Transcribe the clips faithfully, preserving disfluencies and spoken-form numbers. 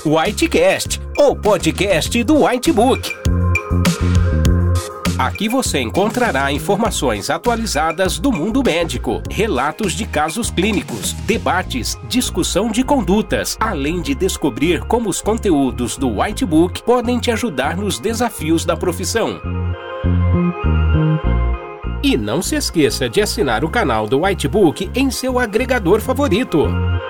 Whitecast, o podcast do Whitebook. Aqui você encontrará informações atualizadas do mundo médico, relatos de casos clínicos, debates, discussão de condutas, além de descobrir como os conteúdos do Whitebook podem te ajudar nos desafios da profissão. E não se esqueça de assinar o canal do Whitebook em seu agregador favorito.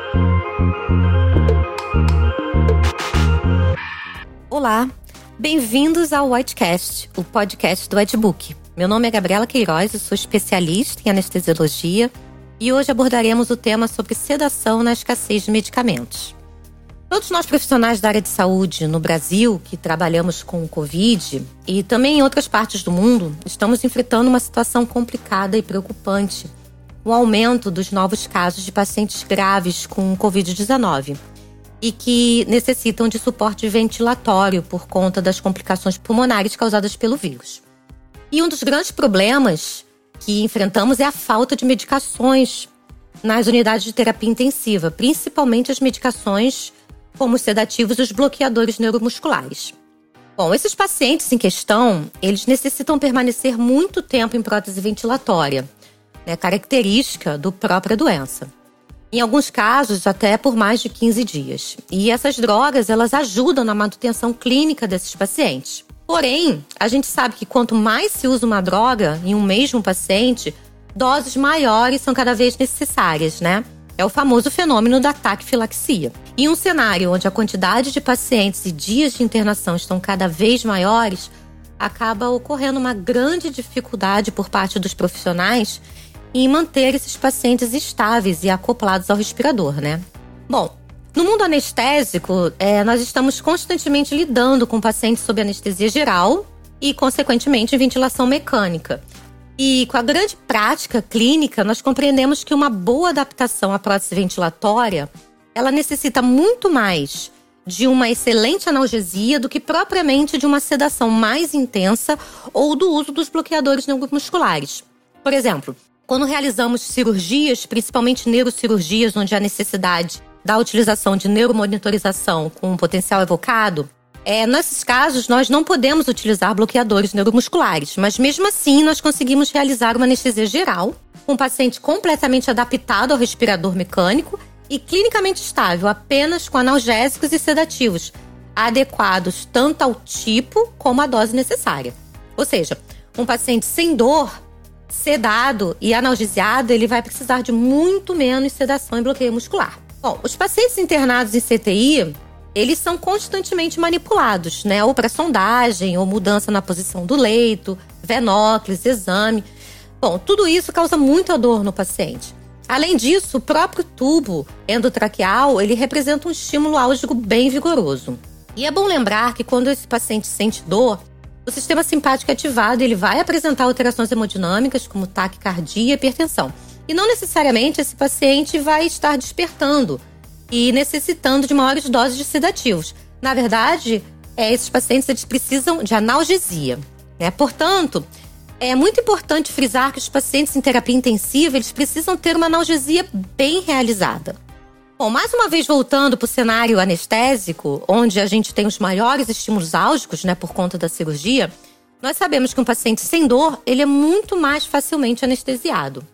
Olá, bem-vindos ao Whitecast, o podcast do Whitebook. Meu nome é Gabriela Queiroz, eu sou especialista em anestesiologia e hoje abordaremos o tema sobre sedação na escassez de medicamentos. Todos nós profissionais da área de saúde no Brasil que trabalhamos com o Covid e também em outras partes do mundo, estamos enfrentando uma situação complicada e preocupante, o aumento dos novos casos de pacientes graves com covid dezenove e que necessitam de suporte ventilatório por conta das complicações pulmonares causadas pelo vírus. E um dos grandes problemas que enfrentamos é a falta de medicações nas unidades de terapia intensiva, principalmente as medicações como os sedativos e os bloqueadores neuromusculares. Bom, esses pacientes em questão, eles necessitam permanecer muito tempo em prótese ventilatória, né, característica da própria doença. Em alguns casos, até por mais de quinze dias. E essas drogas, elas ajudam na manutenção clínica desses pacientes. Porém, a gente sabe que quanto mais se usa uma droga em um mesmo paciente, doses maiores são cada vez necessárias, né? É o famoso fenômeno da taquifilaxia. Em um cenário onde a quantidade de pacientes e dias de internação estão cada vez maiores, acaba ocorrendo uma grande dificuldade por parte dos profissionais em manter esses pacientes estáveis e acoplados ao respirador, né? Bom, no mundo anestésico, é, nós estamos constantemente lidando com pacientes sob anestesia geral e, consequentemente, ventilação mecânica. E com a grande prática clínica, nós compreendemos que uma boa adaptação à prótese ventilatória, ela necessita muito mais de uma excelente analgesia do que propriamente de uma sedação mais intensa ou do uso dos bloqueadores neuromusculares. Por exemplo, quando realizamos cirurgias, principalmente neurocirurgias, onde há necessidade da utilização de neuromonitorização com um potencial evocado, é, nesses casos nós não podemos utilizar bloqueadores neuromusculares, mas mesmo assim nós conseguimos realizar uma anestesia geral, com o paciente completamente adaptado ao respirador mecânico e clinicamente estável, apenas com analgésicos e sedativos, adequados tanto ao tipo como à dose necessária. Ou seja, um paciente sem dor, sedado e analgesiado, ele vai precisar de muito menos sedação e bloqueio muscular. Bom, os pacientes internados em C T I, eles são constantemente manipulados, né? Ou para sondagem, ou mudança na posição do leito, venóclise, exame. Bom, tudo isso causa muita dor no paciente. Além disso, o próprio tubo endotraqueal, ele representa um estímulo álgico bem vigoroso. E é bom lembrar que quando esse paciente sente dor, o sistema simpático é ativado e ele vai apresentar alterações hemodinâmicas, como taquicardia e hipertensão. E não necessariamente esse paciente vai estar despertando e necessitando de maiores doses de sedativos. Na verdade, é, esses pacientes eles precisam de analgesia, né? Portanto, é muito importante frisar que os pacientes em terapia intensiva eles precisam ter uma analgesia bem realizada. Bom, mais uma vez voltando para o cenário anestésico, onde a gente tem os maiores estímulos álgicos, né, por conta da cirurgia, nós sabemos que um paciente sem dor, ele é muito mais facilmente anestesiado.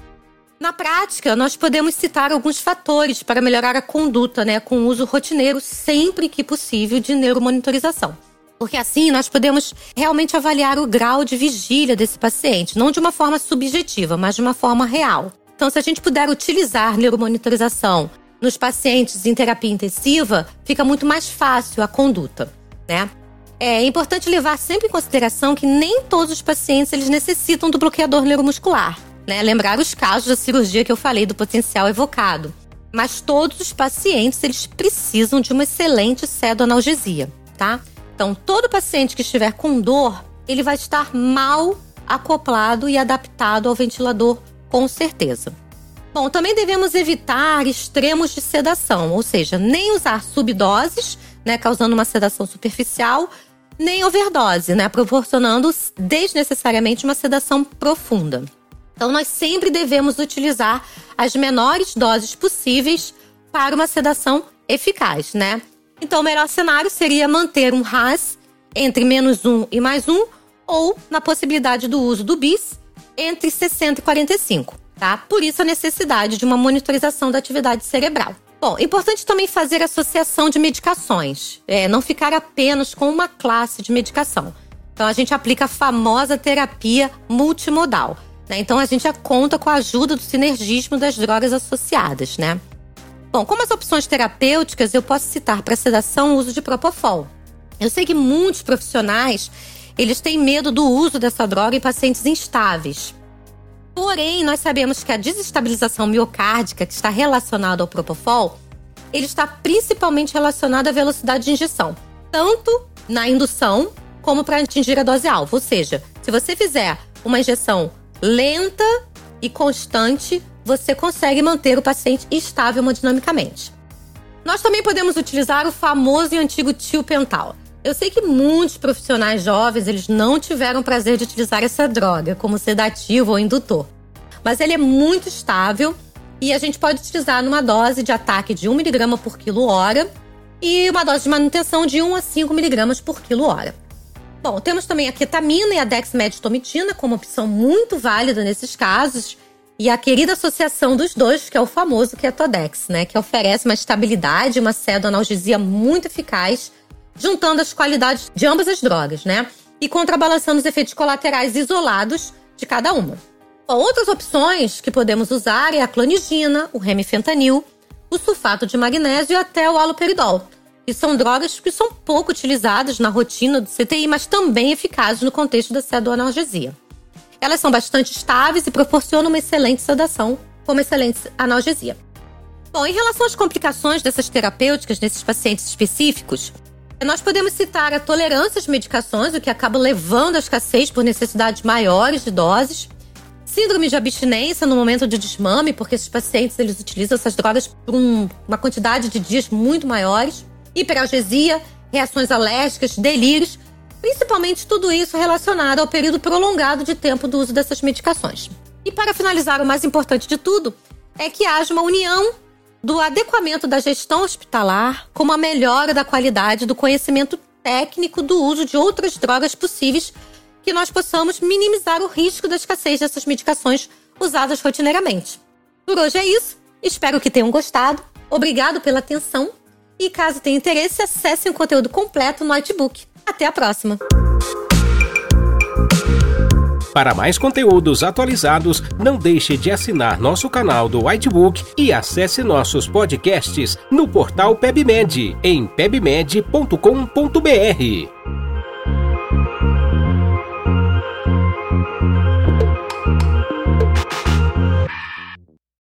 Na prática, nós podemos citar alguns fatores para melhorar a conduta, né, com o uso rotineiro, sempre que possível, de neuromonitorização. Porque assim nós podemos realmente avaliar o grau de vigília desse paciente, não de uma forma subjetiva, mas de uma forma real. Então, se a gente puder utilizar neuromonitorização nos pacientes em terapia intensiva, fica muito mais fácil a conduta, né? É importante levar sempre em consideração que nem todos os pacientes eles necessitam do bloqueador neuromuscular, né? Lembrar os casos da cirurgia que eu falei do potencial evocado. Mas todos os pacientes eles precisam de uma excelente pseudoanalgesia, tá? Então, todo paciente que estiver com dor, ele vai estar mal acoplado e adaptado ao ventilador, com certeza. Bom, também devemos evitar extremos de sedação, ou seja, nem usar subdoses, né, causando uma sedação superficial, nem overdose, né, proporcionando desnecessariamente uma sedação profunda. Então, nós sempre devemos utilizar as menores doses possíveis para uma sedação eficaz, né? Então, o melhor cenário seria manter um R A S entre menos um e mais um, ou, na possibilidade do uso do B I S, entre sessenta e quarenta e cinco, tá? Por isso, a necessidade de uma monitorização da atividade cerebral. Bom, importante também fazer associação de medicações, é, não ficar apenas com uma classe de medicação. Então, a gente aplica a famosa terapia multimodal, né? Então, a gente conta com a ajuda do sinergismo das drogas associadas, né? Bom, como as opções terapêuticas, eu posso citar para sedação o uso de Propofol. Eu sei que muitos profissionais, eles têm medo do uso dessa droga em pacientes instáveis. Porém, nós sabemos que a desestabilização miocárdica que está relacionada ao Propofol, ele está principalmente relacionado à velocidade de injeção, tanto na indução como para atingir a dose-alvo. Ou seja, se você fizer uma injeção lenta e constante, você consegue manter o paciente estável hemodinamicamente. Nós também podemos utilizar o famoso e antigo tiopental. Eu sei que muitos profissionais jovens, eles não tiveram o prazer de utilizar essa droga como sedativo ou indutor. Mas ele é muito estável e a gente pode utilizar numa dose de ataque de um miligrama por quilo hora e uma dose de manutenção de um a cinco miligramas por quilo hora. Bom, temos também a ketamina e a dexmedetomidina como opção muito válida nesses casos e a querida associação dos dois, que é o famoso Ketodex, né, que oferece uma estabilidade e uma pseudoanalgesia muito eficaz, juntando as qualidades de ambas as drogas, né? E contrabalançando os efeitos colaterais isolados de cada uma. Bom, outras opções que podemos usar é a clonidina, o remifentanil, o sulfato de magnésio e até o haloperidol. Que são drogas que são pouco utilizadas na rotina do C T I, mas também eficazes no contexto da pseudoanalgesia. Elas são bastante estáveis e proporcionam uma excelente sedação, como excelente analgesia. Bom, em relação às complicações dessas terapêuticas nesses pacientes específicos, nós podemos citar a tolerância às medicações, o que acaba levando à escassez por necessidades maiores de doses. Síndrome de abstinência no momento de desmame, porque esses pacientes eles utilizam essas drogas por um, uma quantidade de dias muito maiores. Hiperalgesia, reações alérgicas, delírios. Principalmente tudo isso relacionado ao período prolongado de tempo do uso dessas medicações. E para finalizar, o mais importante de tudo é que haja uma união do adequamento da gestão hospitalar com a melhora da qualidade do conhecimento técnico do uso de outras drogas possíveis, que nós possamos minimizar o risco da escassez dessas medicações usadas rotineiramente. Por hoje é isso, espero que tenham gostado, obrigado pela atenção e caso tenha interesse, acesse o conteúdo completo no Whitebook. Até a próxima! Para mais conteúdos atualizados, não deixe de assinar nosso canal do Whitebook e acesse nossos podcasts no portal PebMed, em pebmed ponto com ponto br.